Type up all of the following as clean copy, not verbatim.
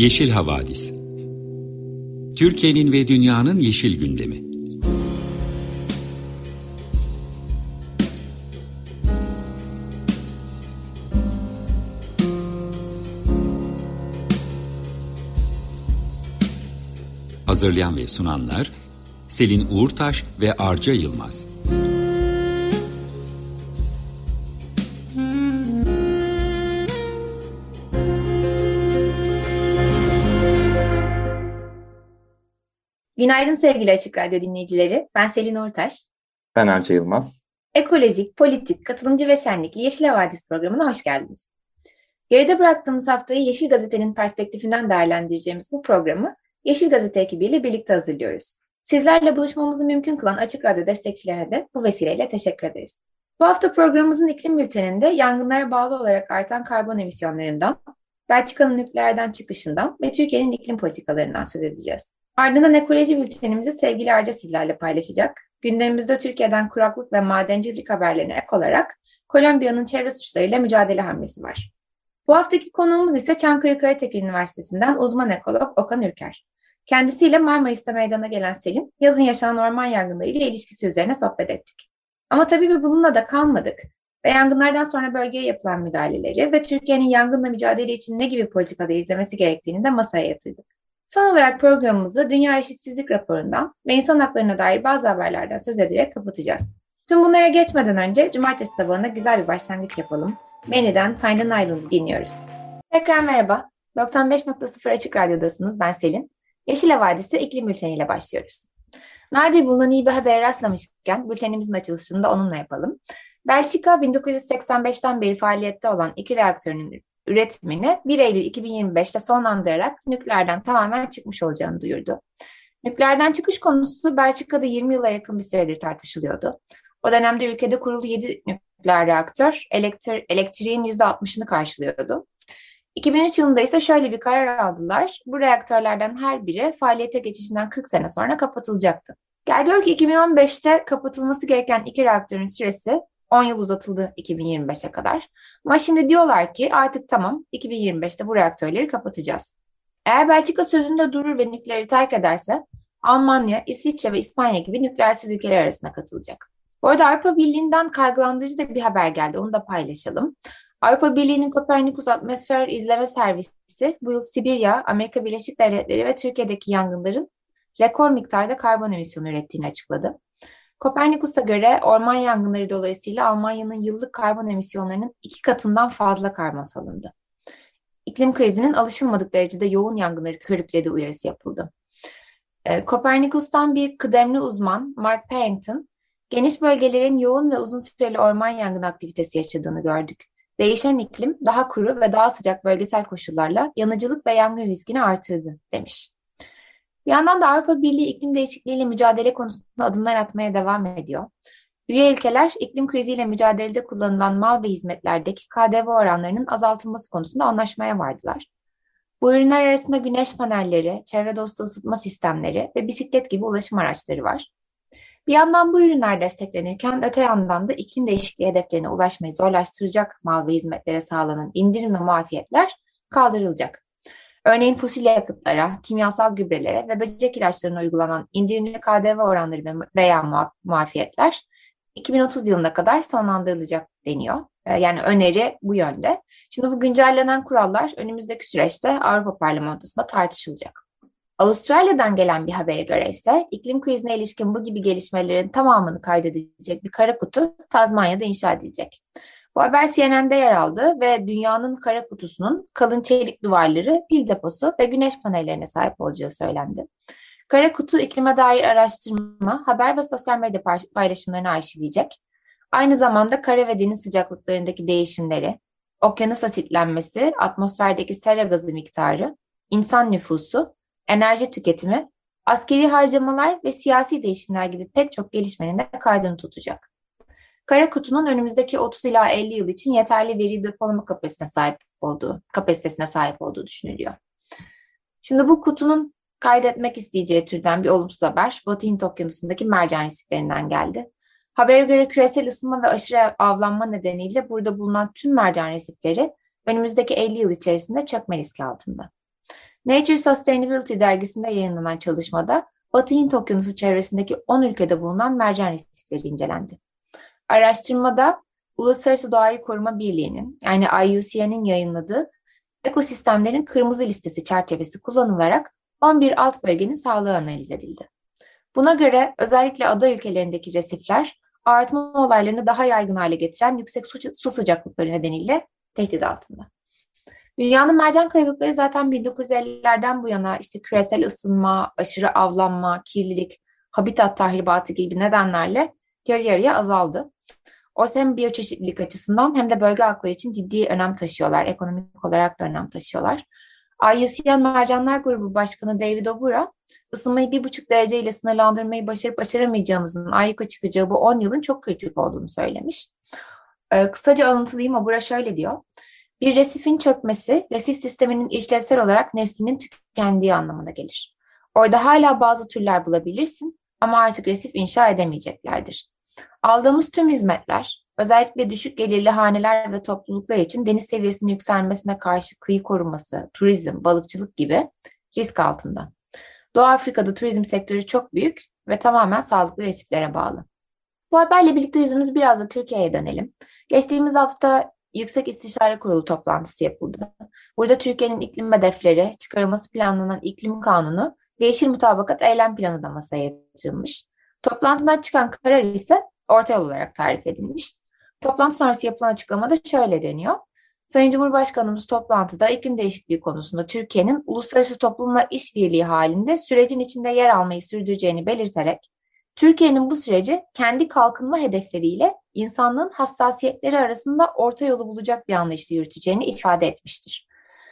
Yeşil Havadis. Türkiye'nin ve dünyanın yeşil gündemi. Hazırlayan ve sunanlar Selin Uğurtaş ve Arca Yılmaz. Günaydın sevgili Açık Radyo dinleyicileri. Ben Selin Uğurtaş. Ben Arca Yılmaz. Ekolojik, politik, katılımcı ve şenlikli Yeşil Havadis programına hoş geldiniz. Geride bıraktığımız haftayı Yeşil Gazete'nin perspektifinden değerlendireceğimiz bu programı Yeşil Gazete ekibiyle birlikte hazırlıyoruz. Sizlerle buluşmamızı mümkün kılan Açık Radyo destekçilerine de bu vesileyle teşekkür ederiz. Bu hafta programımızın iklim bülteninde yangınlara bağlı olarak artan karbon emisyonlarından, Belçika'nın nükleerden çıkışından ve Türkiye'nin iklim politikalarından söz edeceğiz. Ardından ekoloji bültenimizi sevgili Arca sizlerle paylaşacak. Gündemimizde Türkiye'den kuraklık ve madencilik haberlerine ek olarak Kolombiya'nın çevre suçlarıyla mücadele hamlesi var. Bu haftaki konuğumuz ise Çankırı Karatepe Üniversitesi'nden uzman ekolog Okan Ürker. Kendisiyle Marmaris'te meydana gelen selin, yazın yaşanan orman yangınları ile ilişkisi üzerine sohbet ettik. Ama tabii bununla da kalmadık ve yangınlardan sonra bölgeye yapılan müdahaleleri ve Türkiye'nin yangınla mücadele için ne gibi politikalar izlemesi gerektiğini de masaya yatırdık. Son olarak programımızı Dünya Eşitsizlik Raporu'ndan ve insan haklarına dair bazı haberlerden söz ederek kapatacağız. Tüm bunlara geçmeden önce cumartesi sabahına güzel bir başlangıç yapalım. Manny'den Find an Island'ı dinliyoruz. Tekrar merhaba. 95.0 Açık Radyo'dasınız. Ben Selin. Yeşil Havadis'te iklim bülteniyle başlıyoruz. Nadir bulunan iyi bir habere rastlamışken bültenimizin açılışını da onunla yapalım. Belçika 1985'ten beri faaliyette olan 2 reaktörünün üretimini 1 Eylül 2025'te sonlandırarak nükleerden tamamen çıkmış olacağını duyurdu. Nükleerden çıkış konusu Belçika'da 20 yıla yakın bir süredir tartışılıyordu. O dönemde ülkede kurulu 7 nükleer reaktör elektriğin %60'ını karşılıyordu. 2003 yılında ise şöyle bir karar aldılar. Bu reaktörlerden her biri faaliyete geçişinden 40 sene sonra kapatılacaktı. Gel gör ki 2015'te kapatılması gereken 2 reaktörün süresi 10 yıl uzatıldı 2025'e kadar. Ama şimdi diyorlar ki artık tamam 2025'te bu reaktörleri kapatacağız. Eğer Belçika sözünde durur ve nükleeri terk ederse Almanya, İsviçre ve İspanya gibi nükleersiz ülkeler arasına katılacak. Bu arada Avrupa Birliği'nden kaygılandırıcı da bir haber geldi. Onu da paylaşalım. Avrupa Birliği'nin Kopernikus Atmosfer İzleme Servisi bu yıl Sibirya, Amerika Birleşik Devletleri ve Türkiye'deki yangınların rekor miktarda karbon emisyonu ürettiğini açıkladı. Kopernikus'a göre orman yangınları dolayısıyla Almanya'nın yıllık karbon emisyonlarının 2 katından fazla karbon salındı. İklim krizinin alışılmadık derecede yoğun yangınları körüklediği uyarısı yapıldı. Kopernikus'tan bir kıdemli uzman Mark Parrington, geniş bölgelerin yoğun ve uzun süreli orman yangın aktivitesi yaşadığını gördük. Değişen iklim daha kuru ve daha sıcak bölgesel koşullarla yanıcılık ve yangın riskini artırdı demiş. Bir yandan da Avrupa Birliği iklim değişikliğiyle mücadele konusunda adımlar atmaya devam ediyor. Üye ülkeler iklim kriziyle mücadelede kullanılan mal ve hizmetlerdeki KDV oranlarının azaltılması konusunda anlaşmaya vardılar. Bu ürünler arasında güneş panelleri, çevre dostu ısıtma sistemleri ve bisiklet gibi ulaşım araçları var. Bir yandan bu ürünler desteklenirken öte yandan da iklim değişikliği hedeflerine ulaşmayı zorlaştıracak mal ve hizmetlere sağlanan indirim ve muafiyetler kaldırılacak. Örneğin fosil yakıtlara, kimyasal gübrelere ve böcek ilaçlarına uygulanan indirimli KDV oranları veya muafiyetler 2030 yılına kadar sonlandırılacak deniyor. Yani öneri bu yönde. Şimdi bu güncellenen kurallar önümüzdeki süreçte Avrupa Parlamentosu'nda tartışılacak. Avustralya'dan gelen bir habere göre ise iklim krizine ilişkin bu gibi gelişmelerin tamamını kaydedecek bir kara kutu Tazmanya'da inşa edilecek. Bu haber CNN'de yer aldı ve dünyanın kara kutusunun kalın çelik duvarları, pil deposu ve güneş panellerine sahip olacağı söylendi. Kara kutu iklime dair araştırma, haber ve sosyal medya paylaşımlarını arşivleyecek. Aynı zamanda kara ve deniz sıcaklıklarındaki değişimleri, okyanus asitlenmesi, atmosferdeki sera gazı miktarı, insan nüfusu, enerji tüketimi, askeri harcamalar ve siyasi değişimler gibi pek çok gelişmenin de kaydını tutacak. Kara kutunun önümüzdeki 30 ila 50 yıl için yeterli veri depolama kapasitesine sahip olduğu düşünülüyor. Şimdi bu kutunun kaydetmek isteyeceği türden bir olumsuz haber Batı Hint Okyanusu'ndaki mercan resiflerinden geldi. Habere göre küresel ısınma ve aşırı avlanma nedeniyle burada bulunan tüm mercan resifleri önümüzdeki 50 yıl içerisinde çökme riski altında. Nature Sustainability dergisinde yayınlanan çalışmada Batı Hint Okyanusu çevresindeki 10 ülkede bulunan mercan resifleri incelendi. Araştırmada Uluslararası Doğayı Koruma Birliği'nin yani IUCN'in yayınladığı ekosistemlerin kırmızı listesi çerçevesi kullanılarak 11 alt bölgenin sağlığı analiz edildi. Buna göre özellikle ada ülkelerindeki resifler artma olaylarını daha yaygın hale getiren yüksek su sıcaklıkları nedeniyle tehdit altında. Dünyanın mercan kayalıkları zaten 1950'lerden bu yana işte küresel ısınma, aşırı avlanma, kirlilik, habitat tahribatı gibi nedenlerle yarı yarıya azaldı. Oysa hem biyoçeşitlilik açısından hem de bölge halkları için ciddi önem taşıyorlar. Ekonomik olarak da önem taşıyorlar. IUCN Mercanlar Grubu Başkanı David Obura, ısınmayı 1,5 derece ile sınırlandırmayı başarıp başaramayacağımızın ayyuka çıkacağı bu 10 yılın çok kritik olduğunu söylemiş. Kısaca alıntılayayım, Obura şöyle diyor. Bir resifin çökmesi, resif sisteminin işlevsel olarak neslinin tükendiği anlamına gelir. Orada hala bazı türler bulabilirsin ama artık resif inşa edemeyeceklerdir. Aldığımız tüm hizmetler, özellikle düşük gelirli haneler ve topluluklar için deniz seviyesinin yükselmesine karşı kıyı koruması, turizm, balıkçılık gibi risk altında. Doğu Afrika'da turizm sektörü çok büyük ve tamamen sağlıklı resiflere bağlı. Bu haberle birlikte yüzümüzü biraz da Türkiye'ye dönelim. Geçtiğimiz hafta Yüksek İstişare Kurulu toplantısı yapıldı. Burada Türkiye'nin iklim hedefleri, çıkarılması planlanan iklim kanunu ve yeşil mutabakat eylem planı da masaya yatırılmış. Toplantıdan çıkan karar ise orta yol olarak tarif edilmiş. Toplantı sonrası yapılan açıklamada şöyle deniyor. Sayın Cumhurbaşkanımız toplantıda iklim değişikliği konusunda Türkiye'nin uluslararası toplumla işbirliği halinde sürecin içinde yer almayı sürdüreceğini belirterek, Türkiye'nin bu süreci kendi kalkınma hedefleriyle insanlığın hassasiyetleri arasında orta yolu bulacak bir anlayışla yürüteceğini ifade etmiştir.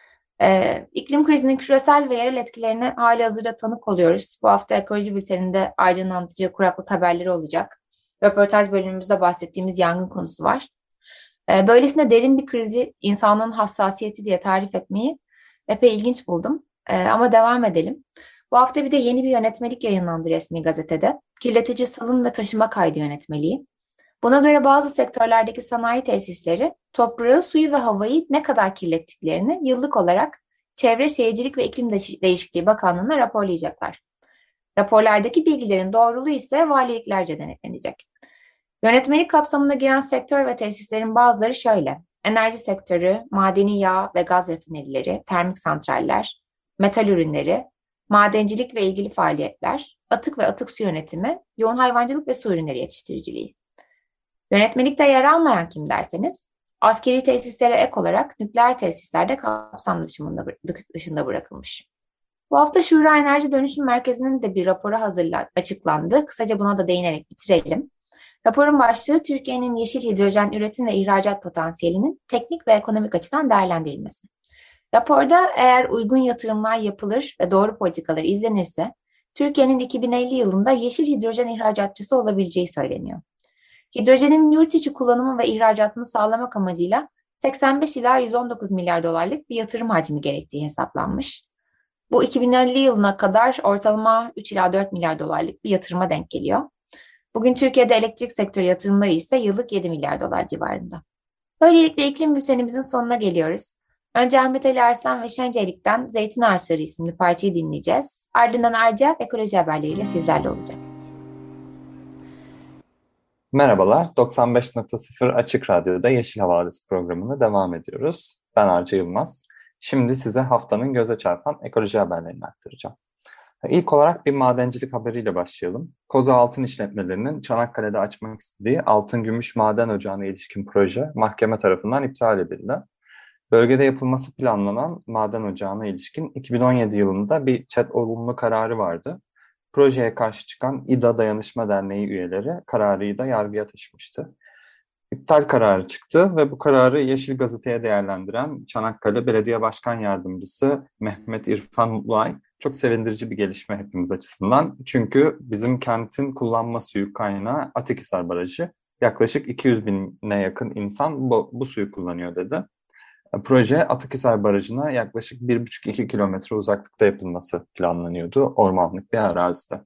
İklim krizinin küresel ve yerel etkilerine halihazırda tanık oluyoruz. Bu hafta Ekoloji Bülteni'nde Aydın'ın anlatacağı kuraklık haberleri olacak. Röportaj bölümümüzde bahsettiğimiz yangın konusu var. Böylesine derin bir krizi insanlığın hassasiyeti diye tarif etmeyi epey ilginç buldum. Ama devam edelim. Bu hafta bir de yeni bir yönetmelik yayınlandı resmi gazetede. Kirletici salım ve taşıma kaydı yönetmeliği. Buna göre bazı sektörlerdeki sanayi tesisleri toprağı, suyu ve havayı ne kadar kirlettiklerini yıllık olarak Çevre Şehircilik ve İklim Değişikliği Bakanlığı'na raporlayacaklar. Raporlardaki bilgilerin doğruluğu ise valiliklerce denetlenecek. Yönetmelik kapsamına giren sektör ve tesislerin bazıları şöyle: enerji sektörü, madeni yağ ve gaz rafinerileri, termik santraller, metal ürünleri, madencilik ve ilgili faaliyetler, atık ve atık su yönetimi, yoğun hayvancılık ve su ürünleri yetiştiriciliği. Yönetmelikte yer almayan kim derseniz, askeri tesislere ek olarak nükleer tesisler de kapsam dışında bırakılmış. Bu hafta Şura Enerji Dönüşüm Merkezi'nin de bir raporu açıklandı. Kısaca buna da değinerek bitirelim. Raporun başlığı Türkiye'nin yeşil hidrojen üretim ve ihracat potansiyelinin teknik ve ekonomik açıdan değerlendirilmesi. Raporda eğer uygun yatırımlar yapılır ve doğru politikalar izlenirse Türkiye'nin 2050 yılında yeşil hidrojen ihracatçısı olabileceği söyleniyor. Hidrojenin yurt içi kullanımı ve ihracatını sağlamak amacıyla 85 ila 119 milyar dolarlık bir yatırım hacmi gerektiği hesaplanmış. Bu 2050 yılına kadar ortalama 3 ila 4 milyar dolarlık bir yatırıma denk geliyor. Bugün Türkiye'de elektrik sektörü yatırımları ise yıllık 7 milyar dolar civarında. Böylelikle iklim bültenimizin sonuna geliyoruz. Önce Ahmet Ali Arslan ve Şencelik'ten Zeytin Ağaçları isimli parçayı dinleyeceğiz. Ardından Arca ekoloji haberleriyle sizlerle olacak. Merhabalar, 95.0 Açık Radyo'da Yeşil Havadis programına devam ediyoruz. Ben Arca Yılmaz. Şimdi size haftanın göze çarpan ekoloji haberlerini aktaracağım. İlk olarak bir madencilik haberiyle başlayalım. Koza Altın İşletmelerinin Çanakkale'de açmak istediği Altın Gümüş Maden Ocağı'na ilişkin proje mahkeme tarafından iptal edildi. Bölgede yapılması planlanan maden ocağına ilişkin 2017 yılında bir ÇED olumlu kararı vardı. Projeye karşı çıkan İDA Dayanışma Derneği üyeleri kararı da yargıya taşımıştı. İptal kararı çıktı ve bu kararı Yeşil Gazete'ye değerlendiren Çanakkale Belediye Başkan Yardımcısı Mehmet İrfan Mutluay, çok sevindirici bir gelişme hepimiz açısından. Çünkü bizim kentin kullanma suyu kaynağı Atikhisar Barajı. Yaklaşık 200 bine yakın insan bu suyu kullanıyor dedi. Proje Atikhisar Barajı'na yaklaşık 1,5-2 kilometre uzaklıkta yapılması planlanıyordu, ormanlık bir arazide.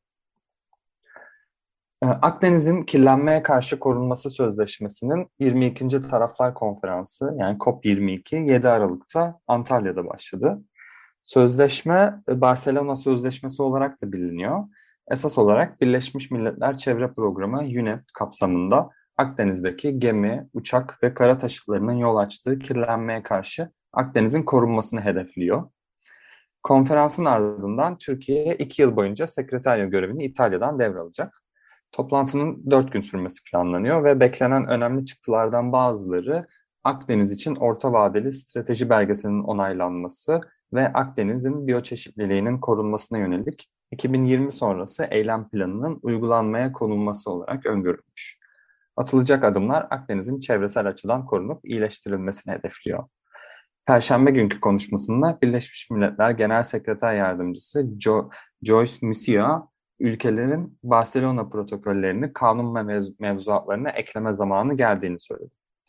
Akdeniz'in kirlenmeye karşı korunması sözleşmesinin 22. Taraflar Konferansı yani COP22 7 Aralık'ta Antalya'da başladı. Sözleşme Barcelona Sözleşmesi olarak da biliniyor. Esas olarak Birleşmiş Milletler Çevre Programı UNEP kapsamında Akdeniz'deki gemi, uçak ve kara taşıtlarının yol açtığı kirlenmeye karşı Akdeniz'in korunmasını hedefliyor. Konferansın ardından Türkiye 2 yıl boyunca sekreterya görevini İtalya'dan devralacak. Toplantının 4 gün sürmesi planlanıyor ve beklenen önemli çıktılardan bazıları Akdeniz için orta vadeli strateji belgesinin onaylanması ve Akdeniz'in biyoçeşitliliğinin korunmasına yönelik 2020 sonrası eylem planının uygulanmaya konulması olarak öngörülmüş. Atılacak adımlar Akdeniz'in çevresel açıdan korunup iyileştirilmesini hedefliyor. Perşembe günkü konuşmasında Birleşmiş Milletler Genel Sekreter Yardımcısı Joyce Msuya, ülkelerin Barcelona protokollerini kanun ve mevzuatlarına ekleme zamanı geldiğini söyledi.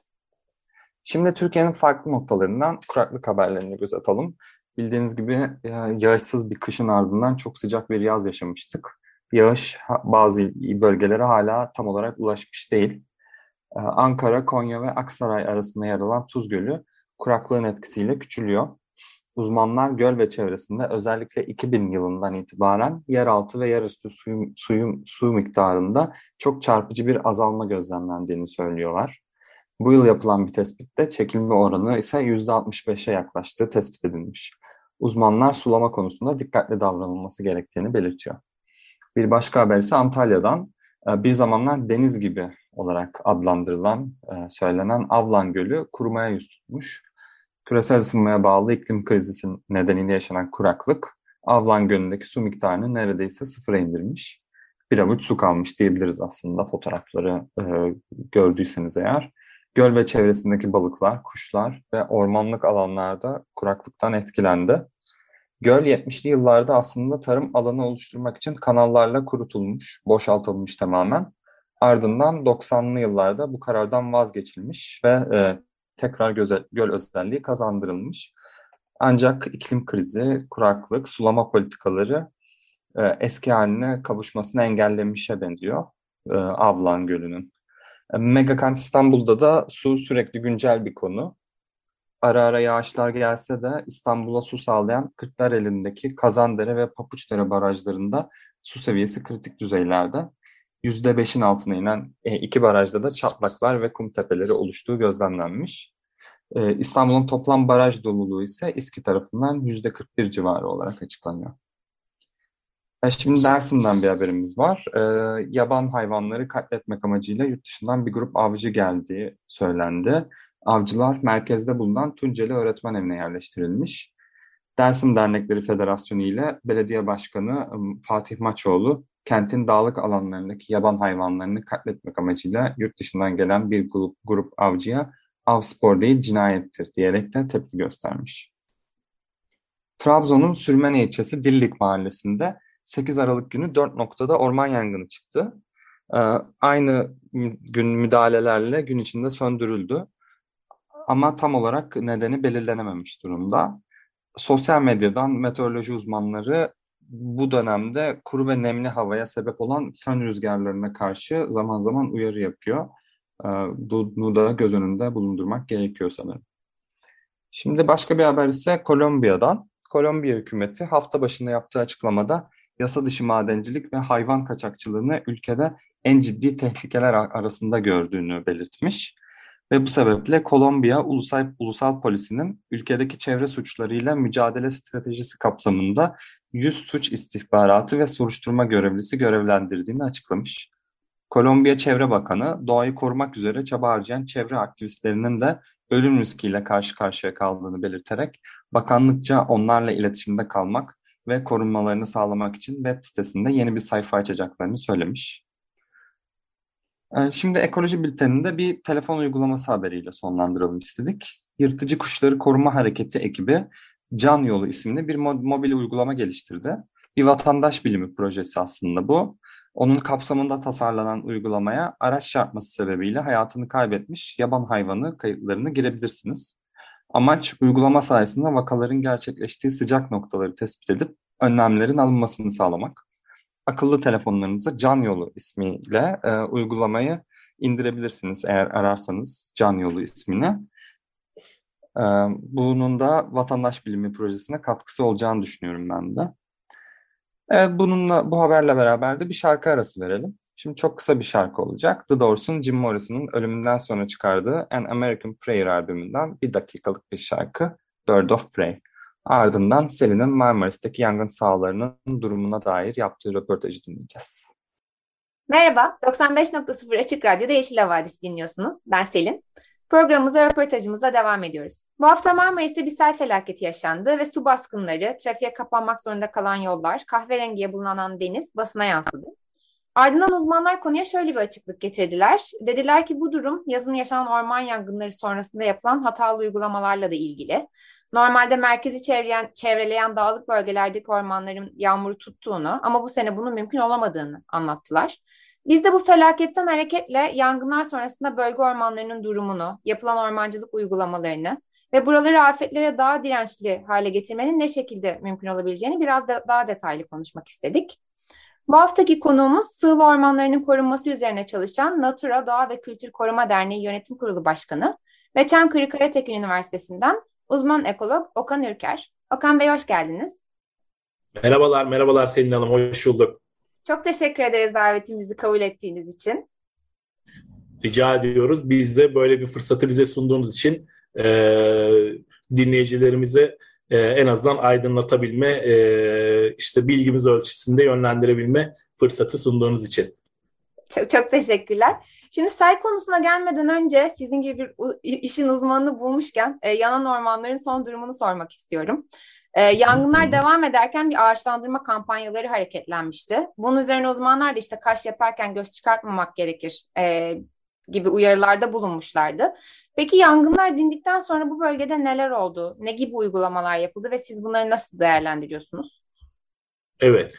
Şimdi Türkiye'nin farklı noktalarından kuraklık haberlerini göz atalım. Bildiğiniz gibi yağışsız bir kışın ardından çok sıcak bir yaz yaşamıştık. Yağış bazı bölgelere hala tam olarak ulaşmış değil. Ankara, Konya ve Aksaray arasında yer alan Tuz Gölü kuraklığın etkisiyle küçülüyor. Uzmanlar göl ve çevresinde özellikle 2000 yılından itibaren yeraltı ve yerüstü su miktarında çok çarpıcı bir azalma gözlemlendiğini söylüyorlar. Bu yıl yapılan bir tespitte çekilme oranı ise %65'e yaklaştığı tespit edilmiş. Uzmanlar sulama konusunda dikkatli davranılması gerektiğini belirtiyor. Bir başka haber ise Antalya'dan. Bir zamanlar deniz gibi olarak adlandırılan, söylenen Avlan Gölü kurumaya yüz tutmuş. Küresel ısınmaya bağlı iklim krizi nedeniyle yaşanan kuraklık, Avlan Gölü'ndeki su miktarını neredeyse sıfıra indirmiş. Bir avuç su kalmış diyebiliriz aslında fotoğrafları gördüyseniz eğer. Göl ve çevresindeki balıklar, kuşlar ve ormanlık alanlarda kuraklıktan etkilendi. Göl 70'li yıllarda aslında tarım alanı oluşturmak için kanallarla kurutulmuş, boşaltılmış tamamen. Ardından 90'lı yıllarda bu karardan vazgeçilmiş ve tekrar göl özelliği kazandırılmış. Ancak iklim krizi, kuraklık, sulama politikaları eski haline kavuşmasını engellemişe benziyor Avlan Gölü'nün. Megakent İstanbul'da da su sürekli güncel bir konu. Ara ara yağışlar gelse de İstanbul'a su sağlayan Kırklareli'ndeki Kazandere ve Papuçdere barajlarında su seviyesi kritik düzeylerde. %5'in altına inen iki barajda da çatlaklar ve kum tepeleri oluştuğu gözlemlenmiş. İstanbul'un toplam baraj doluluğu ise İSKİ tarafından %41 civarı olarak açıklanıyor. Şimdi Dersim'den bir haberimiz var. Yaban hayvanları katletmek amacıyla yurt dışından bir grup avcı geldiği söylendi. Avcılar merkezde bulunan Tunceli Öğretmen Evi'ne yerleştirilmiş. Dersim Dernekleri Federasyonu ile Belediye Başkanı Fatih Maçoğlu, kentin dağlık alanlarındaki yaban hayvanlarını katletmek amacıyla yurt dışından gelen bir grup avcıya av spor değil cinayettir diyerek de tepki göstermiş. Trabzon'un Sürmene ilçesi Dillik mahallesinde 8 Aralık günü 4 noktada orman yangını çıktı. Aynı gün müdahalelerle gün içinde söndürüldü. Ama tam olarak nedeni belirlenememiş durumda. Sosyal medyadan meteoroloji uzmanları bu dönemde kuru ve nemli havaya sebep olan fön rüzgarlarına karşı zaman zaman uyarı yapıyor. Bunu da göz önünde bulundurmak gerekiyor sanırım. Şimdi başka bir haber ise Kolombiya'dan. Kolombiya hükümeti hafta başında yaptığı açıklamada yasa dışı madencilik ve hayvan kaçakçılığını ülkede en ciddi tehlikeler arasında gördüğünü belirtmiş. Ve bu sebeple Kolombiya Ulusal Polisi'nin ülkedeki çevre suçlarıyla mücadele stratejisi kapsamında 100 suç istihbaratı ve soruşturma görevlisi görevlendirdiğini açıklamış. Kolombiya Çevre Bakanı, doğayı korumak üzere çaba harcayan çevre aktivistlerinin de ölüm riskiyle karşı karşıya kaldığını belirterek, bakanlıkça onlarla iletişimde kalmak ve korunmalarını sağlamak için web sitesinde yeni bir sayfa açacaklarını söylemiş. Şimdi ekoloji bülteninde bir telefon uygulaması haberiyle sonlandıralım istedik. Yırtıcı Kuşları Koruma Hareketi ekibi Can Yolu isimli bir mobil uygulama geliştirdi. Bir vatandaş bilimi projesi aslında bu. Onun kapsamında tasarlanan uygulamaya araç çarpması sebebiyle hayatını kaybetmiş yaban hayvanı kayıtlarını girebilirsiniz. Amaç uygulama sayesinde vakaların gerçekleştiği sıcak noktaları tespit edip önlemlerin alınmasını sağlamak. Akıllı telefonlarınıza Can Yolu ismiyle uygulamayı indirebilirsiniz eğer ararsanız Can Yolu ismini. Bunun da vatandaş bilimi projesine katkısı olacağını düşünüyorum ben de. Bu haberle beraber de bir şarkı arası verelim. Şimdi çok kısa bir şarkı olacak. The Doors'un Jim Morrison'ın ölümünden sonra çıkardığı An American Prayer albümünden 1 dakikalık bir şarkı, Bird of Prey. Ardından Selin'in Marmaris'teki yangın sahalarının durumuna dair yaptığı röportajı dinleyeceğiz. Merhaba, 95.0 Açık Radyo'da Yeşil Havadis dinliyorsunuz. Ben Selin. Programımıza, röportajımıza devam ediyoruz. Bu hafta Marmaris'te bir sel felaketi yaşandı ve su baskınları, trafiğe kapanmak zorunda kalan yollar, kahverengiye bulanan deniz basına yansıdı. Ardından uzmanlar konuya şöyle bir açıklık getirdiler. Dediler ki bu durum yazın yaşanan orman yangınları sonrasında yapılan hatalı uygulamalarla da ilgili. Normalde merkezi çevreleyen dağlık bölgelerdeki ormanların yağmuru tuttuğunu ama bu sene bunun mümkün olamadığını anlattılar. Biz de bu felaketten hareketle yangınlar sonrasında bölge ormanlarının durumunu, yapılan ormancılık uygulamalarını ve buraları afetlere daha dirençli hale getirmenin ne şekilde mümkün olabileceğini biraz daha detaylı konuşmak istedik. Bu haftaki konuğumuz sığıl ormanlarının korunması üzerine çalışan Natura Doğa ve Kültür Koruma Derneği Yönetim Kurulu Başkanı ve Çankırı Karatekin Üniversitesi'nden uzman ekolog Okan Ürker. Okan Bey hoş geldiniz. Merhabalar Selin Hanım, hoş bulduk. Çok teşekkür ederiz davetimizi kabul ettiğiniz için. Rica ediyoruz. Biz de böyle bir fırsatı bize sunduğunuz için dinleyicilerimize en azından aydınlatabilme, işte bilgimiz ölçüsünde yönlendirebilme fırsatı sunduğunuz için. Çok teşekkürler. Şimdi sel konusuna gelmeden önce sizin gibi bir işin uzmanını bulmuşken yanan ormanların son durumunu sormak istiyorum. Yangınlar devam ederken bir ağaçlandırma kampanyaları hareketlenmişti. Bunun üzerine uzmanlar da işte kaş yaparken göz çıkartmamak gerekir gibi uyarılarda bulunmuşlardı. Peki yangınlar dindikten sonra bu bölgede neler oldu? Ne gibi uygulamalar yapıldı ve siz bunları nasıl değerlendiriyorsunuz? Evet.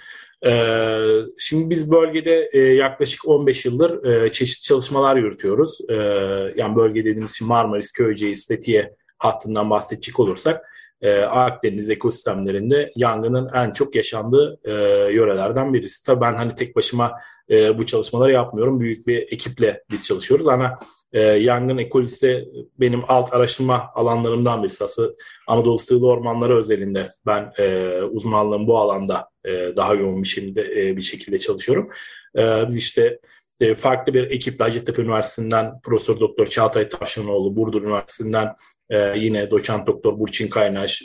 Şimdi biz bölgede yaklaşık 15 yıldır çeşitli çalışmalar yürütüyoruz. Yani bölge dediğimiz için Marmaris, Köyceğiz, Fethiye hattından bahsedecek olursak Akdeniz ekosistemlerinde yangının en çok yaşandığı yörelerden birisi. Tabii ben hani tek başıma bu çalışmaları yapmıyorum. Büyük bir ekiple biz çalışıyoruz ama yangın ekolojisi benim alt araştırma alanlarımdan birisi. Aslında Anadolu Sığlı Ormanları özelinde ben uzmanlığım bu alanda daha yoğun bir şekilde çalışıyorum. Biz işte farklı bir ekiple Hacettepe Üniversitesi'nden Profesör Doktor Çağatay Tavşanoğlu, Burdur Üniversitesi'nden yine Doçent Doktor Burçin Kaynaş,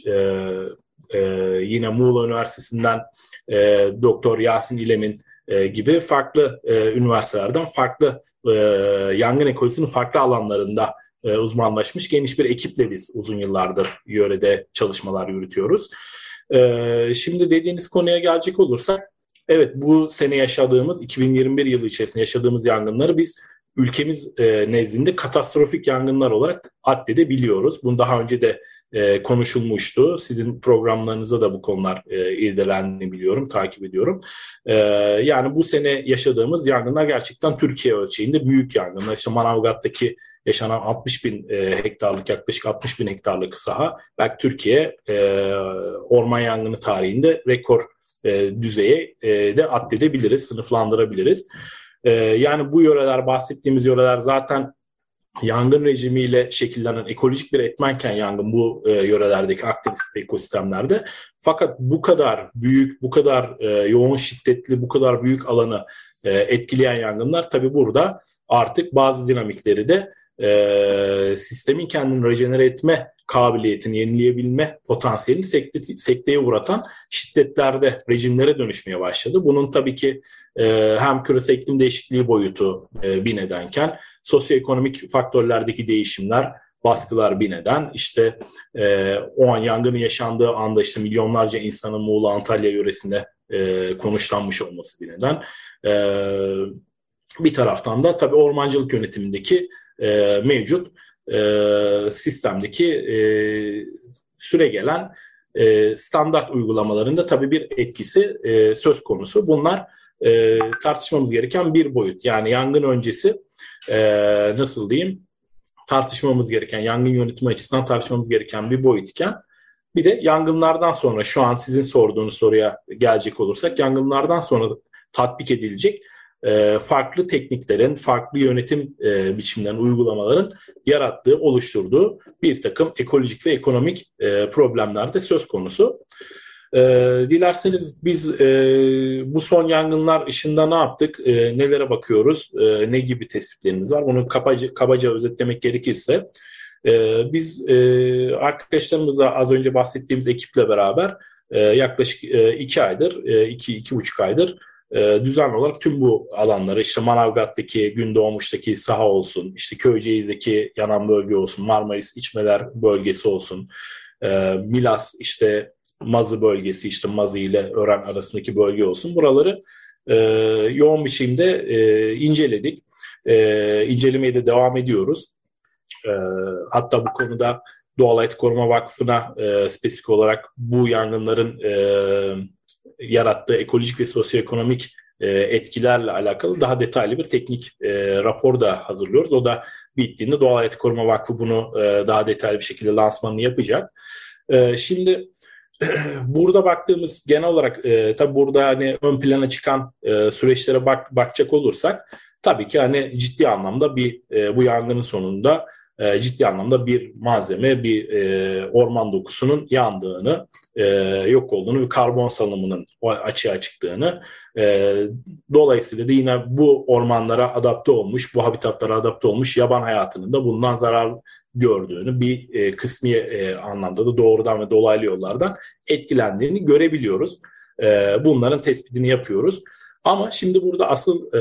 yine Muğla Üniversitesi'nden Doktor Yasin İlemin gibi farklı üniversitelerden farklı yangın ekolojisinin farklı alanlarında uzmanlaşmış geniş bir ekiple biz uzun yıllardır yörede çalışmalar yürütüyoruz. Şimdi dediğiniz konuya gelecek olursak, evet bu sene yaşadığımız 2021 yılı içerisinde yaşadığımız yangınları biz ülkemiz nezdinde katastrofik yangınlar olarak addedebiliyoruz. Bunu daha önce de konuşulmuştu. Sizin programlarınızda da bu konular irdelendiğini biliyorum, takip ediyorum. Yani bu sene yaşadığımız yangınlar gerçekten Türkiye ölçeğinde büyük yangınlar. İşte Manavgat'taki yaşanan 60 bin hektarlık, yaklaşık 60 bin hektarlık saha belki Türkiye orman yangını tarihinde rekor düzeye de addedebiliriz, sınıflandırabiliriz. Yani bu yöreler, bahsettiğimiz yöreler zaten yangın rejimiyle şekillenen ekolojik bir etmenken yangın bu yörelerdeki Akdeniz ekosistemlerde. Fakat bu kadar büyük, bu kadar yoğun şiddetli, bu kadar büyük alanı etkileyen yangınlar tabii burada artık bazı dinamikleri de sistemin kendini rejenere etme kabiliyetini, yenileyebilme potansiyelini sekteye uğratan şiddetlerde, rejimlere dönüşmeye başladı. Bunun tabii ki hem küresel iklim değişikliği boyutu bir nedenken, sosyoekonomik faktörlerdeki değişimler, baskılar bir neden. İşte o an yangının yaşandığı anda işte milyonlarca insanın Muğla, Antalya yöresinde konuşlanmış olması bir neden. Bir taraftan da tabii ormancılık yönetimindeki mevcut sistemdeki süregelen standart uygulamalarında tabii bir etkisi söz konusu. Bunlar tartışmamız gereken bir boyut. Yani yangın öncesi nasıl diyeyim, tartışmamız gereken, yangın yönetimi açısından tartışmamız gereken bir boyut iken, bir de yangınlardan sonra, şu an sizin sorduğunuz soruya gelecek olursak, yangınlardan sonra tatbik edilecek farklı tekniklerin, farklı yönetim biçimlerin, uygulamaların yarattığı, oluşturduğu bir takım ekolojik ve ekonomik problemler de söz konusu. Dilerseniz biz bu son yangınlar ışığında ne yaptık, nelere bakıyoruz, ne gibi tespitlerimiz var, bunu kabaca özetlemek gerekirse biz arkadaşlarımızla az önce bahsettiğimiz ekiple beraber yaklaşık 2 aydır, 2,5 aydır düzenli olarak tüm bu alanları, işte Manavgat'taki, Gündoğmuş'taki saha olsun, işte Köyceğiz'deki yanan bölge olsun, Marmaris İçmeler bölgesi olsun, Milas, işte Mazı bölgesi, işte Mazı ile Ören arasındaki bölge olsun, buraları yoğun biçimde inceledik. İncelemeye de devam ediyoruz. Hatta bu konuda Doğal Hayat Koruma Vakfı'na spesifik olarak bu yangınların yarattığı ekolojik ve sosyoekonomik etkilerle alakalı daha detaylı bir teknik rapor da hazırlıyoruz. O da bittiğinde Doğal Hayat Koruma Vakfı bunu daha detaylı bir şekilde lansmanını yapacak. Şimdi burada baktığımız genel olarak tabii burada hani ön plana çıkan süreçlere bakacak olursak tabii ki hani ciddi anlamda bu yangının sonunda ciddi anlamda bir malzeme, bir orman dokusunun yandığını, yok olduğunu ve karbon salımının açığa çıktığını, dolayısıyla da yine bu ormanlara adapte olmuş, bu habitatlara adapte olmuş yaban hayatının da bundan zarar gördüğünü, bir kısmi anlamda da doğrudan ve dolaylı yollardan etkilendiğini görebiliyoruz. Bunların tespitini yapıyoruz. Ama şimdi burada asıl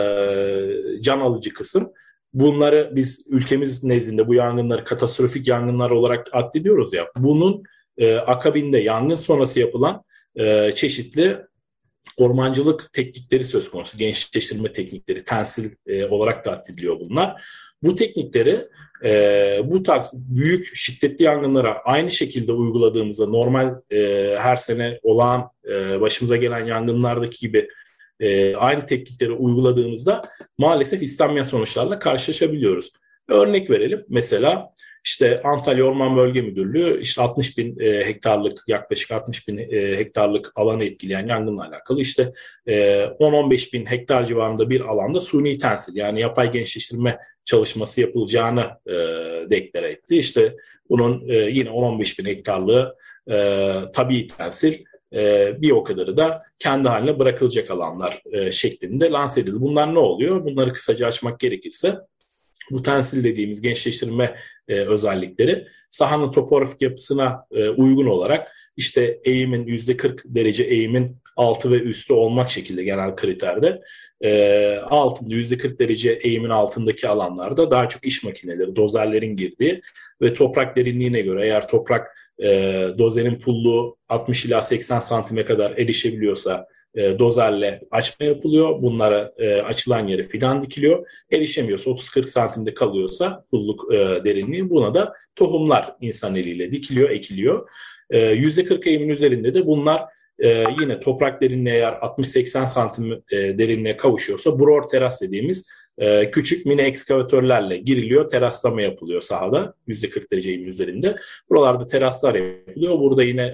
can alıcı kısım, bunları biz ülkemiz nezdinde bu yangınları katastrofik yangınlar olarak addediyoruz ya. Bunun akabinde yangın sonrası yapılan çeşitli ormancılık teknikleri söz konusu. Gençleştirme teknikleri, tensil olarak da addediliyor bunlar. Bu teknikleri bu tarz büyük şiddetli yangınlara aynı şekilde uyguladığımızda normal her sene olağan başımıza gelen yangınlardaki gibi aynı teknikleri uyguladığımızda maalesef istenmeyen sonuçlarla karşılaşabiliyoruz. Örnek verelim. Mesela işte Antalya Orman Bölge Müdürlüğü işte 60 bin hektarlık, yaklaşık 60 bin hektarlık alanı etkileyen yangınla alakalı işte 10-15 bin hektar civarında bir alanda suni tensil, yani yapay gençleştirme çalışması yapılacağını deklare etti. İşte bunun yine 10-15 bin hektarlığı tabii tensil, bir o kadarı da kendi haline bırakılacak alanlar şeklinde lanse edildi. Bunlar ne oluyor? Bunları kısaca açmak gerekirse, bu tensil dediğimiz gençleştirme özellikleri sahanın topografik yapısına uygun olarak işte eğimin %40 derece eğimin altı ve üstü olmak şekilde genel kriterde altında %40 derece eğimin altındaki alanlarda daha çok iş makineleri, dozerlerin girdiği ve toprak derinliğine göre eğer toprak dozerin pulluğu 60 ila 80 santime kadar erişebiliyorsa dozerle açma yapılıyor. Bunlara açılan yere fidan dikiliyor. Erişemiyorsa 30-40 santimde kalıyorsa pulluk derinliği, buna da tohumlar insan eliyle dikiliyor, ekiliyor. %40 eğimin üzerinde de bunlar yine toprak derinliği eğer 60-80 santim derinliğe kavuşuyorsa bror teras dediğimiz küçük mini ekskavatörlerle giriliyor. Teraslama yapılıyor sahada %40 derece eğimin üzerinde. Buralarda teraslar yapılıyor. Burada yine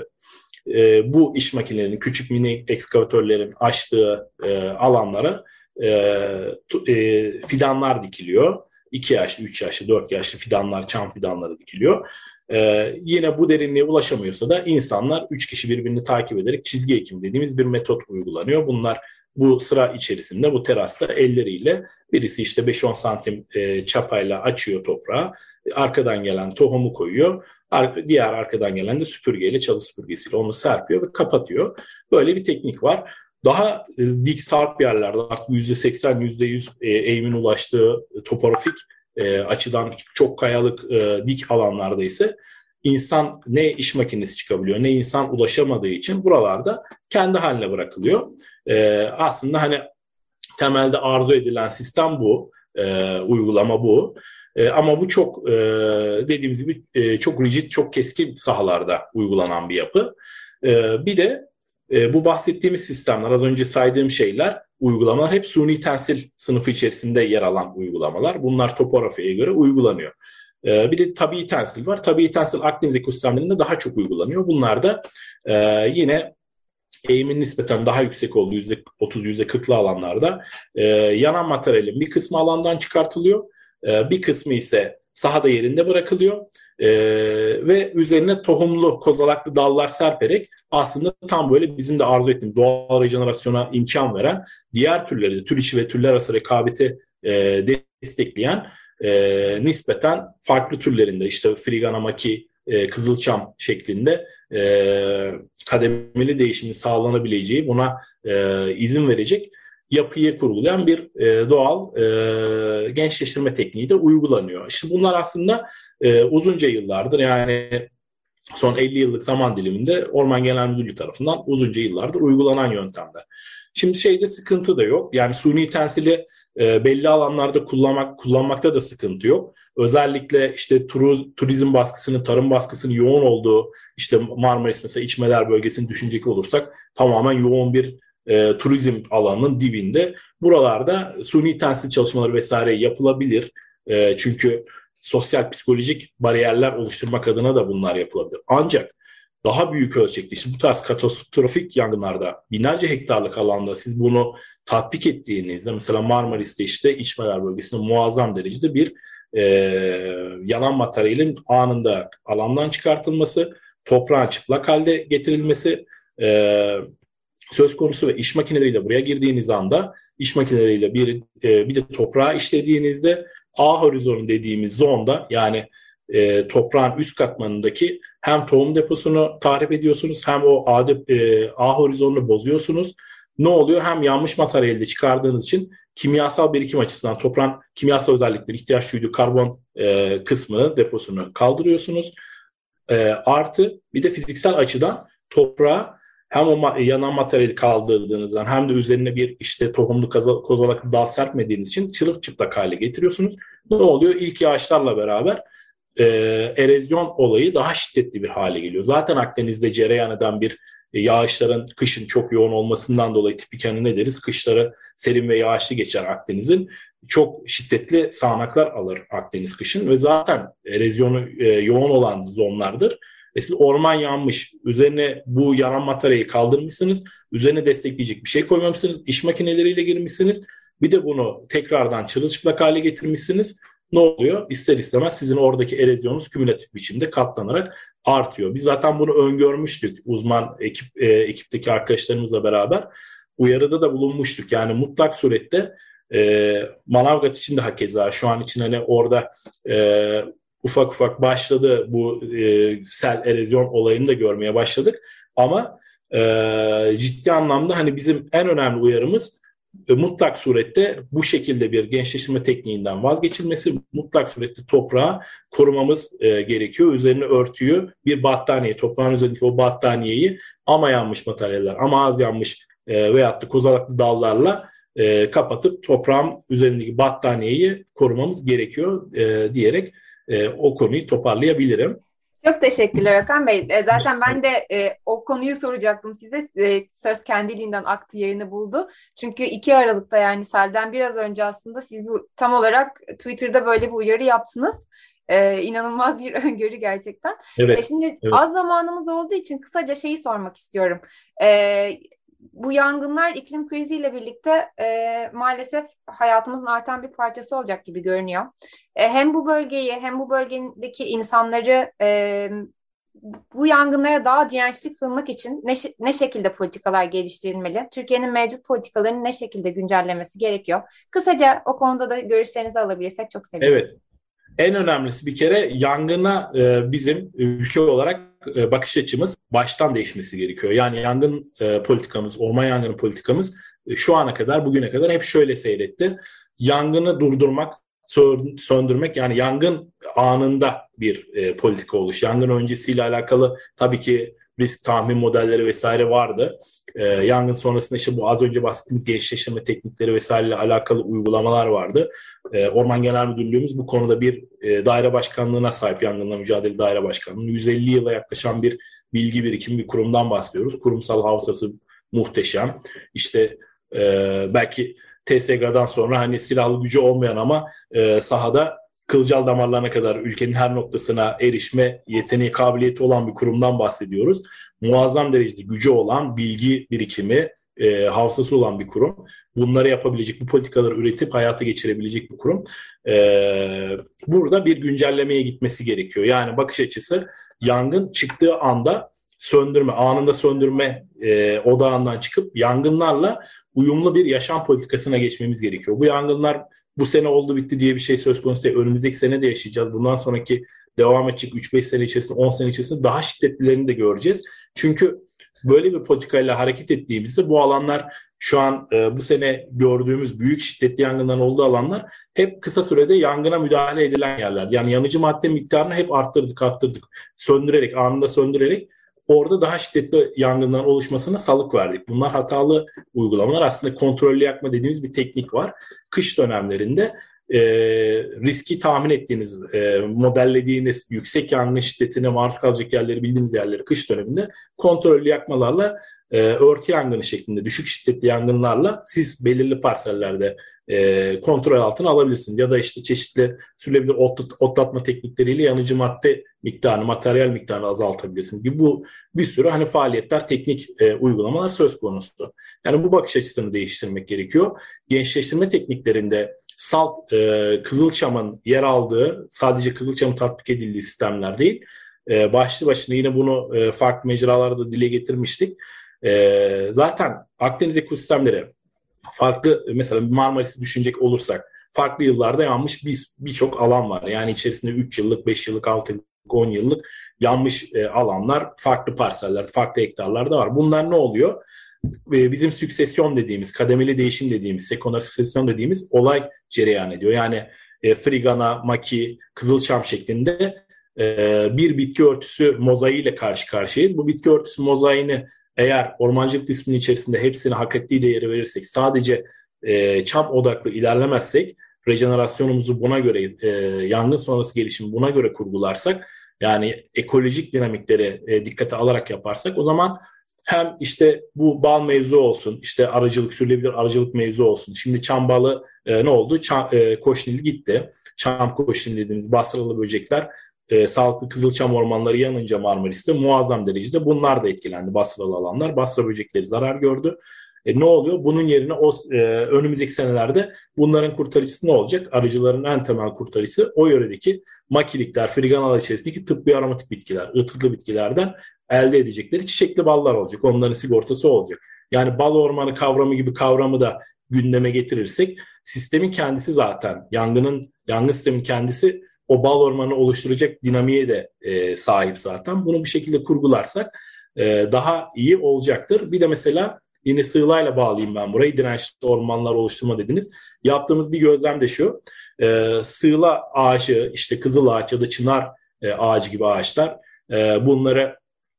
bu iş makinelerinin, küçük mini ekskavatörlerin açtığı alanlara fidanlar dikiliyor. 2 yaşlı, 3 yaşlı, 4 yaşlı fidanlar, çam fidanları dikiliyor. Yine bu derinliğe ulaşamıyorsa da insanlar 3 kişi birbirini takip ederek çizgi ekim dediğimiz bir metot uygulanıyor. Bunlar bu sıra içerisinde bu terasta elleriyle birisi işte 5-10 santim çapayla açıyor toprağı. Arkadan gelen tohumu koyuyor. Diğer arkadan gelen de süpürgeyle, çalı süpürgesiyle onu serpiyor ve kapatıyor. Böyle bir teknik var. Daha dik sarp yerlerde artık %80, %100 eğimin ulaştığı topografik açıdan çok kayalık dik alanlarda ise insan ne iş makinesi çıkabiliyor ne insan ulaşamadığı için buralarda kendi haline bırakılıyor. Aslında hani temelde arzu edilen sistem bu, uygulama bu. Ama bu çok dediğimiz gibi çok rigid, çok keskin sahalarda uygulanan bir yapı. Bir de bu bahsettiğimiz sistemler, az önce saydığım şeyler, uygulamalar hep suni tensil sınıfı içerisinde yer alan uygulamalar. Bunlar topografiye göre uygulanıyor. Bir de tabii tensil var. Tabii tensil Akdeniz ekosistemlerinde daha çok uygulanıyor. Bunlar da yine eğimin nispeten daha yüksek olduğu %30, %40'lı alanlarda yanan materyalin bir kısmı alandan çıkartılıyor. Bir kısmı ise sahada yerinde bırakılıyor. Ve üzerine tohumlu kozalaklı dallar serperek aslında tam böyle bizim de arzu ettiğimiz doğal rejenerasyona imkan veren, diğer türleri de tür içi ve türler arası rekabeti destekleyen nispeten farklı türlerinde işte Friganamaki, Kızılçam şeklinde kademeli değişimin sağlanabileceği, buna izin verecek yapıyı kurgulayan bir doğal gençleştirme tekniği de uygulanıyor. İşte bunlar aslında uzunca yıllardır, yani son 50 yıllık zaman diliminde Orman Genel Müdürlüğü tarafından uzunca yıllardır uygulanan yöntemler. Şimdi şeyde sıkıntı da yok. Yani suni tensili belli alanlarda kullanmakta da sıkıntı yok. Özellikle işte turizm baskısının, tarım baskısının yoğun olduğu, işte Marmaris mesela İçmeler bölgesini düşünecek olursak tamamen yoğun bir turizm alanının dibinde. Buralarda suni tensil çalışmaları vesaire yapılabilir. Çünkü sosyal psikolojik bariyerler oluşturmak adına da bunlar yapılabilir. Ancak daha büyük ölçekli işte bu tarz katastrofik yangınlarda binlerce hektarlık alanda siz bunu tatbik ettiğinizde, mesela Marmaris'te işte İçmeler bölgesinde muazzam derecede bir yanan materyalin anında alandan çıkartılması, toprağın çıplak halde getirilmesi söz konusu ve iş makineleriyle buraya girdiğiniz anda, iş makineleriyle bir de toprağı işlediğinizde A horizonu dediğimiz zonda, yani toprağın üst katmanındaki hem tohum deposunu tahrip ediyorsunuz, hem o A horizonunu bozuyorsunuz. Ne oluyor? Hem yanmış materyali de çıkardığınız için kimyasal birikim açısından toprağın kimyasal özellikleri, ihtiyaç duyduğu karbon kısmını, deposunu kaldırıyorsunuz. Artı bir de fiziksel açıdan toprağa hem o yanan materyali kaldırdığınızdan hem de üzerine bir işte tohumlu kozalaklı dal serpmediğiniz için çırılçıplak hale getiriyorsunuz. Ne oluyor? İlk yağışlarla beraber erozyon olayı daha şiddetli bir hale geliyor. Zaten Akdeniz'de cereyan eden bir yağışların kışın çok yoğun olmasından dolayı tipiken ne deriz? Kışları serin ve yağışlı geçer Akdeniz'in. Çok şiddetli sağanaklar alır Akdeniz kışın ve zaten erozyonu yoğun olan zonlardır. Siz orman yanmış, üzerine bu yanan materyali kaldırmışsınız, üzerine destekleyecek bir şey koymamışsınız, iş makineleriyle girmişsiniz, bir de bunu tekrardan çırılçıplak hale getirmişsiniz. Ne oluyor? İster istemez sizin oradaki erozyonunuz kümülatif biçimde katlanarak artıyor. Biz zaten bunu öngörmüştük uzman ekipteki arkadaşlarımızla beraber. Uyarıda da bulunmuştuk. Yani mutlak surette Manavgat için de hakeza şu an için hani orada ufak ufak başladı bu sel erozyon olayını da görmeye başladık. Ama ciddi anlamda hani bizim en önemli uyarımız mutlak surette bu şekilde bir gençleştirme tekniğinden vazgeçilmesi, mutlak surette toprağı korumamız gerekiyor. Üzerine örtüyü bir battaniye, toprağın üzerindeki o battaniyeyi ama yanmış materyaller, ama az yanmış veyahut da kozalaklı dallarla kapatıp toprağın üzerindeki battaniyeyi korumamız gerekiyor diyerek o konuyu toparlayabilirim. Çok teşekkürler Hakan Bey. Zaten ben de o konuyu soracaktım size. Söz kendiliğinden aktı, yerini buldu. Çünkü 2 Aralık'ta, yani selden biraz önce aslında siz bu tam olarak Twitter'da böyle bir uyarı yaptınız. İnanılmaz bir öngörü gerçekten. Evet, Şimdi evet. az zamanımız olduğu için kısaca şeyi sormak istiyorum. Bu yangınlar iklim kriziyle birlikte maalesef hayatımızın artan bir parçası olacak gibi görünüyor. Hem bu bölgeyi hem bu bölgedeki insanları bu yangınlara daha dirençli kılmak için ne şekilde politikalar geliştirilmeli? Türkiye'nin mevcut politikalarını ne şekilde güncellemesi gerekiyor? Kısaca o konuda da görüşlerinizi alabilirsek çok sevinirim. Evet. En önemlisi bir kere yangına bizim ülke olarak bakış açımız baştan değişmesi gerekiyor. Yani yangın politikamız, orman yangını politikamız şu ana kadar, bugüne kadar hep şöyle seyretti. Yangını durdurmak, söndürmek, yani yangın anında bir politika oluş. Yangın öncesiyle alakalı tabii ki risk tahmin modelleri vesaire vardı. Yangın sonrasında işte bu az önce bahsettiğimiz gençleştirme teknikleri vesaireyle alakalı uygulamalar vardı. Orman Genel Müdürlüğümüz bu konuda bir daire başkanlığına sahip, yangınla mücadele daire başkanlığı. 150 yıla yaklaşan bir bilgi birikimi, bir kurumdan bahsediyoruz. Kurumsal hafızası muhteşem. İşte belki TSG'dan sonra hani silahlı gücü olmayan ama sahada kılcal damarlarına kadar ülkenin her noktasına erişme yeteneği, kabiliyeti olan bir kurumdan bahsediyoruz. Muazzam derecede gücü olan, bilgi birikimi, hafızası olan bir kurum. Bunları yapabilecek, bu politikaları üretip hayata geçirebilecek bir kurum. Burada bir güncellemeye gitmesi gerekiyor. Yani bakış açısı yangın çıktığı anda söndürme, anında söndürme odağından çıkıp yangınlarla uyumlu bir yaşam politikasına geçmemiz gerekiyor. Bu yangınlar bu sene oldu bitti diye bir şey söz konusu değil. Önümüzdeki sene de yaşayacağız. Bundan sonraki devam edecek 3-5 sene içerisinde, 10 sene içerisinde daha şiddetlilerini de göreceğiz. Çünkü böyle bir politikayla hareket ettiğimizde bu alanlar şu an bu sene gördüğümüz büyük şiddetli yangınların olduğu alanlar hep kısa sürede yangına müdahale edilen yerler. Yani yanıcı madde miktarını hep arttırdık. Söndürerek, anında söndürerek orada daha şiddetli yangınların oluşmasına salık verdik. Bunlar hatalı uygulamalar. Aslında kontrollü yakma dediğimiz bir teknik var. Kış dönemlerinde riski tahmin ettiğiniz, modellediğiniz yüksek yangın şiddetine maruz kalacak yerleri, bildiğiniz yerleri kış döneminde kontrollü yakmalarla, örtü yangını şeklinde düşük şiddetli yangınlarla siz belirli parsellerde kontrol altına alabilirsiniz. Ya da işte çeşitli sürülebilir otlatma teknikleriyle yanıcı madde miktarını, materyal miktarını azaltabilirsiniz gibi bu bir sürü hani faaliyetler, teknik uygulamalar söz konusu. Yani bu bakış açısını değiştirmek gerekiyor. Gençleştirme tekniklerinde salt Kızılçam'ın yer aldığı, sadece Kızılçam'ın tatbik edildiği sistemler değil, başlı başına yine bunu farklı mecralarda dile getirmiştik. Zaten Akdeniz ekosistemleri farklı, mesela Marmaris'i düşünecek olursak farklı yıllarda yanmış birçok alan var. Yani içerisinde 3 yıllık, 5 yıllık, 6 yıllık, 10 yıllık yanmış alanlar farklı parseller, farklı hektarlarda var. Bunlar ne oluyor? Bizim süksesyon dediğimiz, kademeli değişim dediğimiz, sekonder süksesyon dediğimiz olay cereyan ediyor. Yani Frigana, Maki, Kızılçam şeklinde bir bitki örtüsü mozaiğiyle karşı karşıyayız. Bu bitki örtüsü mozaiğini eğer ormancılık disiplini içerisinde hepsini hak ettiği değeri verirsek, sadece çam odaklı ilerlemezsek, rejenerasyonumuzu buna göre, yangın sonrası gelişimi buna göre kurgularsak, yani ekolojik dinamikleri dikkate alarak yaparsak, o zaman hem işte bu bal mevzu olsun, işte arıcılık, sürülebilir arıcılık mevzu olsun. Şimdi çam balı ne oldu? Koşnili gitti. Çam koşnili dediğimiz basralı böcekler, sağlıklı kızılçam ormanları yanınca Marmaris'te muazzam derecede bunlar da etkilendi. Basralı alanlar, basra böcekleri zarar gördü. Ne oluyor? Bunun yerine önümüzdeki senelerde bunların kurtarıcısı ne olacak? Arıcıların en temel kurtarıcısı o yöredeki makilikler, friganalar içerisindeki tıbbi aromatik bitkiler, ıtıklı bitkilerden elde edecekleri çiçekli ballar olacak. Onların sigortası olacak. Yani bal ormanı kavramı gibi kavramı da gündeme getirirsek, sistemin kendisi zaten, yangın sistemin kendisi o bal ormanı oluşturacak dinamiğe de sahip zaten. Bunu bir şekilde kurgularsak daha iyi olacaktır. Bir de mesela yine sığlayla bağlayayım ben burayı. Dirençli ormanlar oluşturma dediniz. Yaptığımız bir gözlem de şu. Sığla ağacı, işte kızıl ağaç ya da çınar ağacı gibi ağaçlar, bunları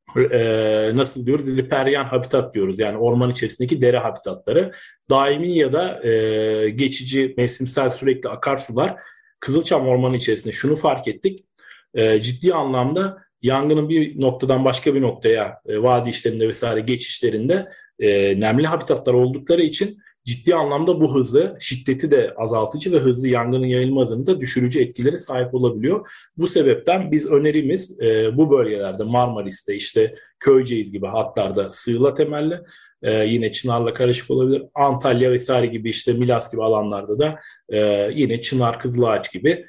nasıl diyoruz? Riparian habitat diyoruz. Yani orman içerisindeki dere habitatları. Daimi ya da geçici, mevsimsel sürekli akarsular. Kızılçam ormanı içerisinde şunu fark ettik. Ciddi anlamda yangının bir noktadan başka bir noktaya, vadi işlerinde vesaire geçişlerinde nemli habitatlar oldukları için ciddi anlamda bu hızı, şiddeti de azaltıcı ve hızlı yangının yayılma hızını da düşürücü etkileri sahip olabiliyor. Bu sebepten biz önerimiz bu bölgelerde, Marmaris'te, işte Köyceğiz gibi hatlarda sığla temelli, yine çınarla karışık olabilir. Antalya vesaire gibi, işte Milas gibi alanlarda da yine çınar, kızılağaç gibi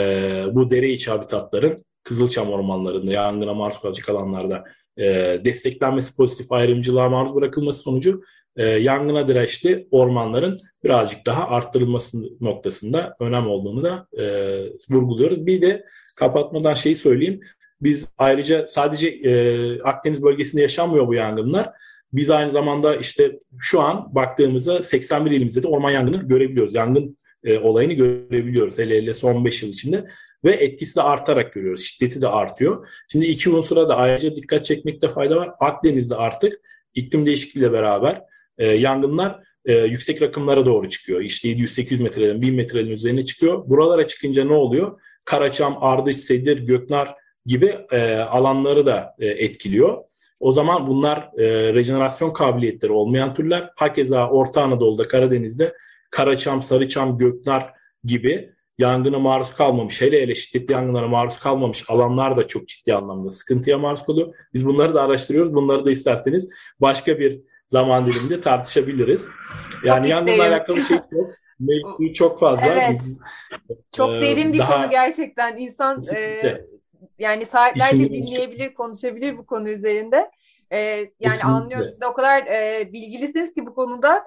bu dere içi habitatların Kızılçam ormanlarında, yangına maruz kalacak alanlarda desteklenmesi, pozitif ayrımcılığa maruz bırakılması sonucu yangına dirençli ormanların birazcık daha arttırılması noktasında önem olduğunu da vurguluyoruz. Bir de kapatmadan şeyi söyleyeyim. Biz ayrıca sadece Akdeniz bölgesinde yaşanmıyor bu yangınlar. Biz aynı zamanda işte şu an baktığımızda 81 ilimizde de orman yangını görebiliyoruz. Yangın olayını görebiliyoruz hele son 5 yıl içinde. Ve etkisi de artarak görüyoruz. Şiddeti de artıyor. Şimdi iki unsura da ayrıca dikkat çekmekte fayda var. Akdeniz'de artık iklim değişikliğiyle beraber yangınlar yüksek rakımlara doğru çıkıyor. İşte 700-800 metrelerin, 1000 metrelerin üzerine çıkıyor. Buralara çıkınca ne oluyor? Karaçam, Ardıç, Sedir, Göknar gibi alanları da etkiliyor. O zaman bunlar rejenerasyon kabiliyetleri olmayan türler. Hakeza Orta Anadolu'da, Karadeniz'de Karaçam, Sarıçam, Göknar gibi yangına maruz kalmamış, hele hele şiddetli yangınlara maruz kalmamış alanlar da çok ciddi anlamda sıkıntıya maruz kalıyor. Biz bunları da araştırıyoruz. Bunları da isterseniz başka bir zaman diliminde tartışabiliriz. Yani Çok yangınla isterim. alakalı şey çok, mevzu çok fazla. Evet. Biz Çok derin bir daha konu gerçekten. İnsan kesinlikle, yani saatlerce işin dinleyebilir, konuşabilir bu konu üzerinde. Yani anlıyorum, kesinlikle. siz de o kadar bilgilisiniz ki bu konuda.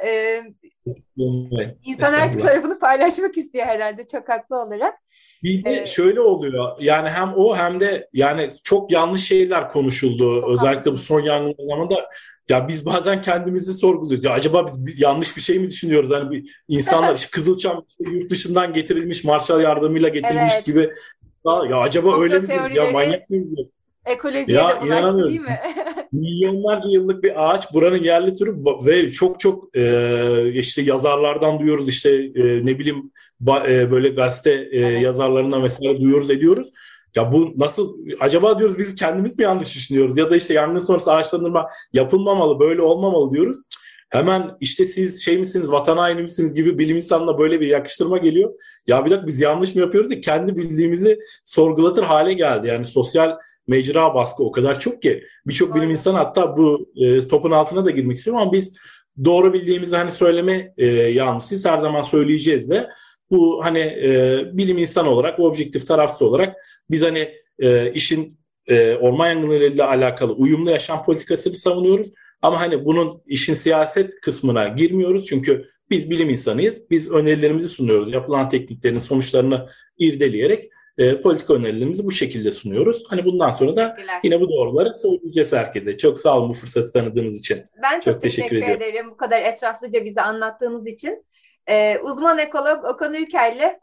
Evet, İnsan her estağfurullah. tarafını paylaşmak istiyor herhalde, çok haklı olarak. Bir de E, şöyle oluyor. Yani hem o hem de yani çok yanlış şeyler konuşuldu. Çok Özellikle bu haklısınız. son yangın zamanında ya biz bazen kendimizi sorguluyoruz. Ya acaba biz yanlış bir şey mi düşünüyoruz? Hani bir insanlar işte Kızılçam işte yurt dışından getirilmiş, Marshall yardımıyla getirilmiş Evet. gibi. Ya acaba öyle Komplo midir? Ya teorileri manyak mıyız? ekolojiye Ya de bulaştı değil inanamıyorum. mi? Milyonlarca yıllık bir ağaç, buranın yerli türü ve çok çok işte yazarlardan duyuyoruz, işte ne bileyim böyle gazete Evet. yazarlarından mesela duyuyoruz ediyoruz. Ya bu nasıl acaba diyoruz, biz kendimiz mi yanlış düşünüyoruz ya da işte yangın sonrası ağaçlandırma yapılmamalı, böyle olmamalı diyoruz. Hemen işte siz şey misiniz, vatan haini misiniz gibi bilim insanına böyle bir yakıştırma geliyor. Ya bir dakika, biz yanlış mı yapıyoruz ya, kendi bildiğimizi sorgulatır hale geldi. Yani sosyal mecra baskı o kadar çok ki birçok bilim Doğru. insanı hatta bu topun altına da girmek istiyor ama biz doğru bildiğimizi hani söyleme yanlısıyız, her zaman söyleyeceğiz de bu hani bilim insanı olarak, objektif tarafsız olarak biz hani işin orman yangınlarıyla alakalı uyumlu yaşam politikasını savunuyoruz ama hani bunun işin siyaset kısmına girmiyoruz çünkü biz bilim insanıyız, biz önerilerimizi sunuyoruz, yapılan tekniklerin sonuçlarını irdeleyerek politika önerilerimizi bu şekilde sunuyoruz. Hani bundan sonra da Teşekkürler. yine bu doğruları söyleyeceğiz herkese. Çok sağ olun bu fırsatı tanıdığınız için. Ben çok Çok teşekkür teşekkür ediyorum. ederim bu kadar etraflıca bize anlattığınız için. Uzman ekolog Okan Ülker'le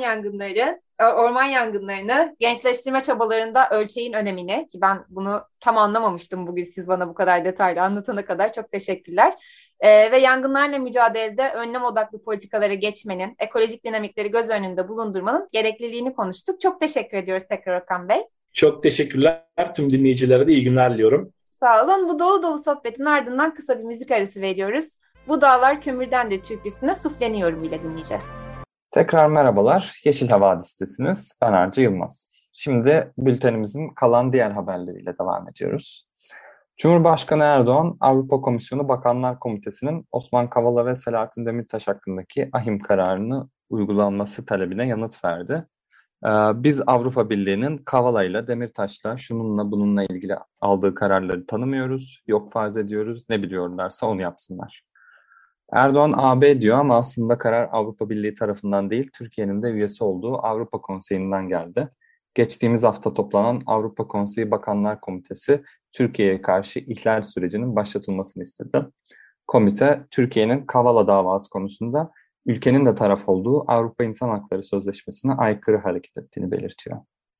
orman yangınlarını gençleştirme çabalarında ölçeğin önemini, ki ben bunu tam anlamamıştım bugün siz bana bu kadar detaylı anlatana kadar, çok teşekkürler. Ve yangınlarla mücadelede önlem odaklı politikalara geçmenin, ekolojik dinamikleri göz önünde bulundurmanın gerekliliğini konuştuk. Çok teşekkür ediyoruz tekrar Okan Bey. Çok teşekkürler. Tüm dinleyicilere de iyi günler diliyorum. Sağ olun. Bu dolu dolu sohbetin ardından kısa bir müzik arası veriyoruz. Bu Dağlar Kömürdendir türküsünü Sufleniyorum ile dinleyeceğiz. Tekrar merhabalar. Yeşil Havadis'tesiniz. Ben Arca Yılmaz. Şimdi bültenimizin kalan diğer haberleriyle devam ediyoruz. Cumhurbaşkanı Erdoğan, Avrupa Komisyonu Bakanlar Komitesi'nin Osman Kavala ve Selahattin Demirtaş hakkındaki ahim kararını uygulanması talebine yanıt verdi. Biz Avrupa Birliği'nin Kavala ile Demirtaş'la şununla bununla ilgili aldığı kararları tanımıyoruz, yok farz ediyoruz, ne biliyorlarsa onu yapsınlar. Erdoğan AB diyor ama aslında karar Avrupa Birliği tarafından değil, Türkiye'nin de üyesi olduğu Avrupa Konseyi'nden geldi. Geçtiğimiz hafta toplanan Avrupa Konseyi Bakanlar Komitesi, Türkiye'ye karşı ihlal sürecinin başlatılmasını istedi. Komite, Türkiye'nin Kavala davası konusunda ülkenin de taraf olduğu Avrupa İnsan Hakları Sözleşmesi'ne aykırı hareket ettiğini belirtiyor.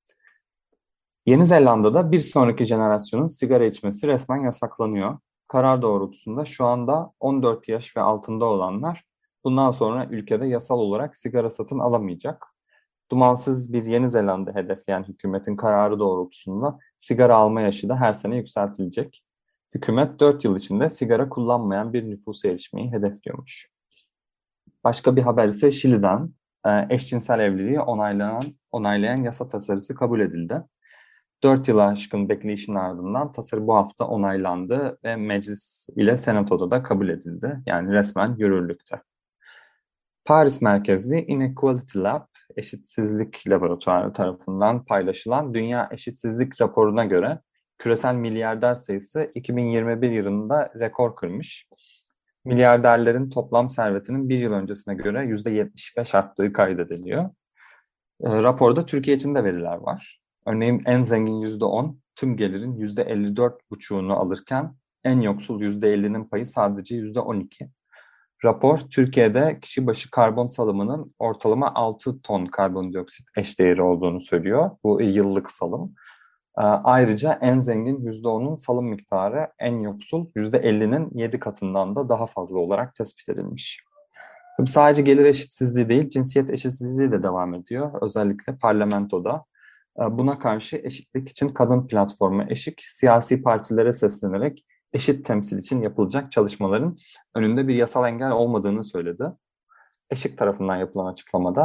Yeni Zelanda'da bir sonraki jenerasyonun sigara içmesi resmen yasaklanıyor. Karar doğrultusunda şu anda 14 yaş ve altında olanlar bundan sonra ülkede yasal olarak sigara satın alamayacak. Dumansız bir Yeni Zelanda hedefleyen hükümetin kararı doğrultusunda sigara alma yaşı da her sene yükseltilecek. Hükümet 4 yıl içinde sigara kullanmayan bir nüfusa erişmeyi hedefliyormuş. Başka bir haber ise Şili'den eşcinsel evliliği onaylayan yasa tasarısı kabul edildi. 4 yılı aşkın bekleyişin ardından tasarı bu hafta onaylandı ve meclis ile senatoda da kabul edildi. Yani resmen yürürlükte. Paris merkezli Inequality Lab, Eşitsizlik Laboratuvarı tarafından paylaşılan Dünya Eşitsizlik Raporu'na göre küresel milyarder sayısı 2021 yılında rekor kırmış. Milyarderlerin toplam servetinin bir yıl öncesine göre %75 arttığı kaydediliyor. Raporda Türkiye için de veriler var. Örneğin en zengin %10 tüm gelirin %54,5'unu alırken en yoksul %50'nin payı sadece %12. Rapor Türkiye'de kişi başı karbon salımının ortalama 6 ton karbondioksit eşdeğeri olduğunu söylüyor. Bu yıllık salım. Ayrıca en zengin %10'un salım miktarı en yoksul %50'nin 7 katından da daha fazla olarak tespit edilmiş. Tabii sadece gelir eşitsizliği değil, cinsiyet eşitsizliği de devam ediyor. Özellikle parlamentoda. Buna karşı Eşitlik için Kadın Platformu Eşik, siyasi partilere seslenerek eşit temsil için yapılacak çalışmaların önünde bir yasal engel olmadığını söyledi. Eşik tarafından yapılan açıklamada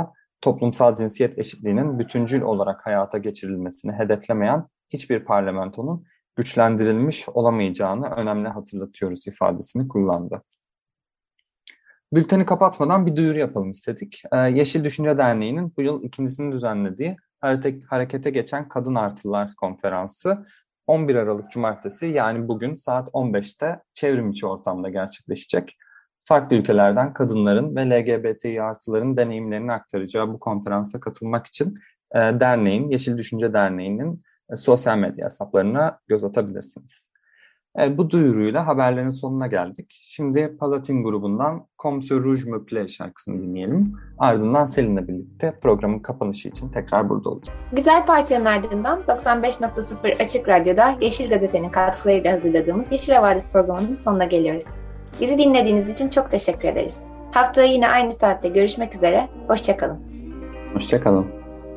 toplumsal cinsiyet eşitliğinin bütüncül olarak hayata geçirilmesini hedeflemeyen hiçbir parlamentonun güçlendirilmiş olamayacağını önemli hatırlatıyoruz ifadesini kullandı. Bülteni kapatmadan bir duyuru yapalım istedik. Yeşil Düşünce Derneği'nin bu yıl ikincisini düzenlediği Harekete Geçen Kadın Artılar Konferansı 11 Aralık Cumartesi, yani bugün saat 15'te çevrimiçi ortamda gerçekleşecek. Farklı ülkelerden kadınların ve LGBTİ artıların deneyimlerini aktaracağı bu konferansa katılmak için derneğin, Yeşil Düşünce Derneği'nin sosyal medya hesaplarına göz atabilirsiniz. Bu duyuruyla haberlerin sonuna geldik. Şimdi Palatin grubundan Comme ce rouge me plaît şarkısını dinleyelim. Ardından Selin'le birlikte programın kapanışı için tekrar burada olacağız. Güzel parçanın ardından 95.0 Açık Radyo'da Yeşil Gazete'nin katkılarıyla hazırladığımız Yeşil Havadis programının sonuna geliyoruz. Bizi dinlediğiniz için çok teşekkür ederiz. Haftaya yine aynı saatte görüşmek üzere. Hoşça kalın. Hoşça kalın.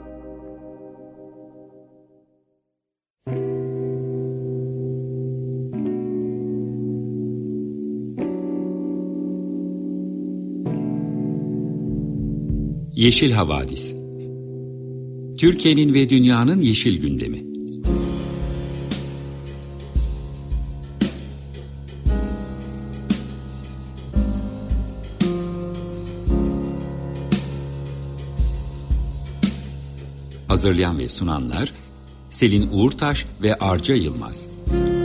Yeşil Havadis. Türkiye'nin ve dünyanın yeşil gündemi. Hazırlayan ve sunanlar Selin Uğurtaş ve Arca Yılmaz.